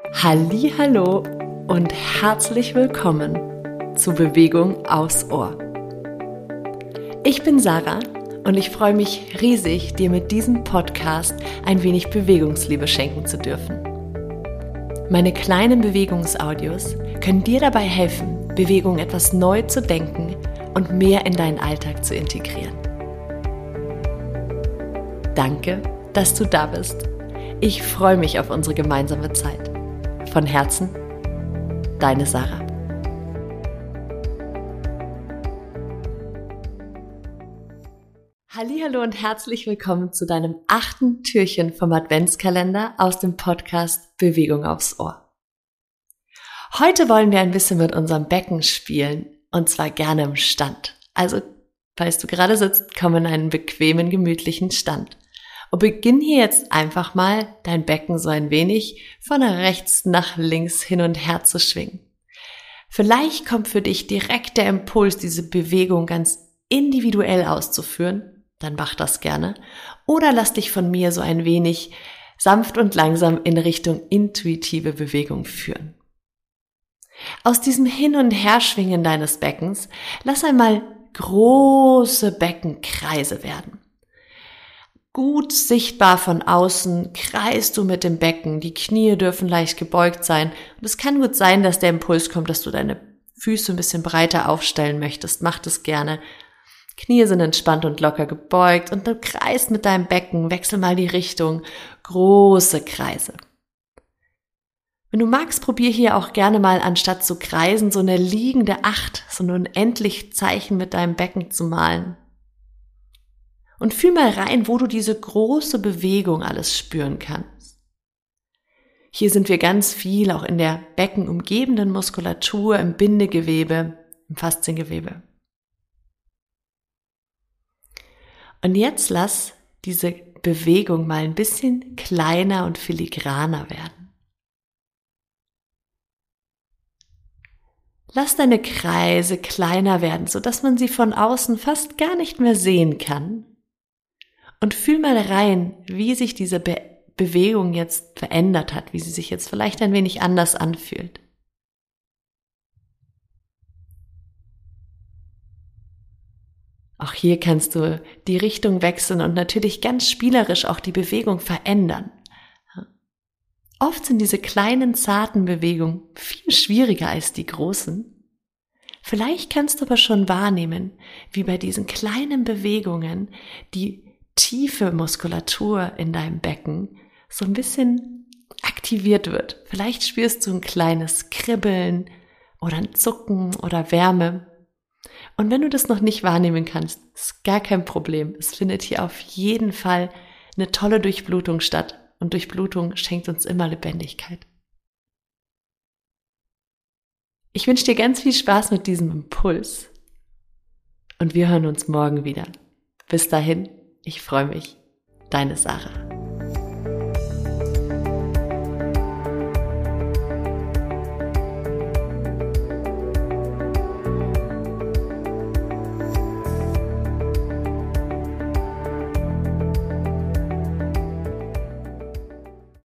Hallihallo und herzlich willkommen zu Bewegung aufs Ohr. Ich bin Sarah und ich freue mich riesig, dir mit diesem Podcast ein wenig Bewegungsliebe schenken zu dürfen. Meine kleinen Bewegungsaudios können dir dabei helfen, Bewegung etwas neu zu denken und mehr in deinen Alltag zu integrieren. Danke, dass du da bist. Ich freue mich auf unsere gemeinsame Zeit. Von Herzen, deine Sarah. Hallihallo und herzlich willkommen zu deinem 8. Türchen vom Adventskalender aus dem Podcast Bewegung aufs Ohr. Heute wollen wir ein bisschen mit unserem Becken spielen und zwar gerne im Stand. Also, falls du gerade sitzt, komm in einen bequemen, gemütlichen Stand. Und beginn hier jetzt einfach mal, dein Becken so ein wenig von rechts nach links hin und her zu schwingen. Vielleicht kommt für dich direkt der Impuls, diese Bewegung ganz individuell auszuführen. Dann mach das gerne. Oder lass dich von mir so ein wenig sanft und langsam in Richtung intuitive Bewegung führen. Aus diesem Hin- und Herschwingen deines Beckens lass einmal große Beckenkreise werden. Gut sichtbar von außen kreist du mit dem Becken, die Knie dürfen leicht gebeugt sein und es kann gut sein, dass der Impuls kommt, dass du deine Füße ein bisschen breiter aufstellen möchtest. Mach das gerne. Knie sind entspannt und locker gebeugt und du kreist mit deinem Becken, wechsel mal die Richtung, große Kreise. Wenn du magst, probier hier auch gerne mal anstatt zu kreisen so eine liegende 8, so ein unendlich Zeichen mit deinem Becken zu malen. Und fühl mal rein, wo du diese große Bewegung alles spüren kannst. Hier sind wir ganz viel auch in der beckenumgebenden Muskulatur, im Bindegewebe, im Fasziengewebe. Und jetzt lass diese Bewegung mal ein bisschen kleiner und filigraner werden. Lass deine Kreise kleiner werden, sodass man sie von außen fast gar nicht mehr sehen kann. Und fühl mal rein, wie sich diese Bewegung jetzt verändert hat, wie sie sich jetzt vielleicht ein wenig anders anfühlt. Auch hier kannst du die Richtung wechseln und natürlich ganz spielerisch auch die Bewegung verändern. Oft sind diese kleinen, zarten Bewegungen viel schwieriger als die großen. Vielleicht kannst du aber schon wahrnehmen, wie bei diesen kleinen Bewegungen die tiefe Muskulatur in deinem Becken so ein bisschen aktiviert wird. Vielleicht spürst du ein kleines Kribbeln oder ein Zucken oder Wärme. Und wenn du das noch nicht wahrnehmen kannst, ist gar kein Problem. Es findet hier auf jeden Fall eine tolle Durchblutung statt. Und Durchblutung schenkt uns immer Lebendigkeit. Ich wünsche dir ganz viel Spaß mit diesem Impuls. Und wir hören uns morgen wieder. Bis dahin. Ich freue mich. Deine Sarah.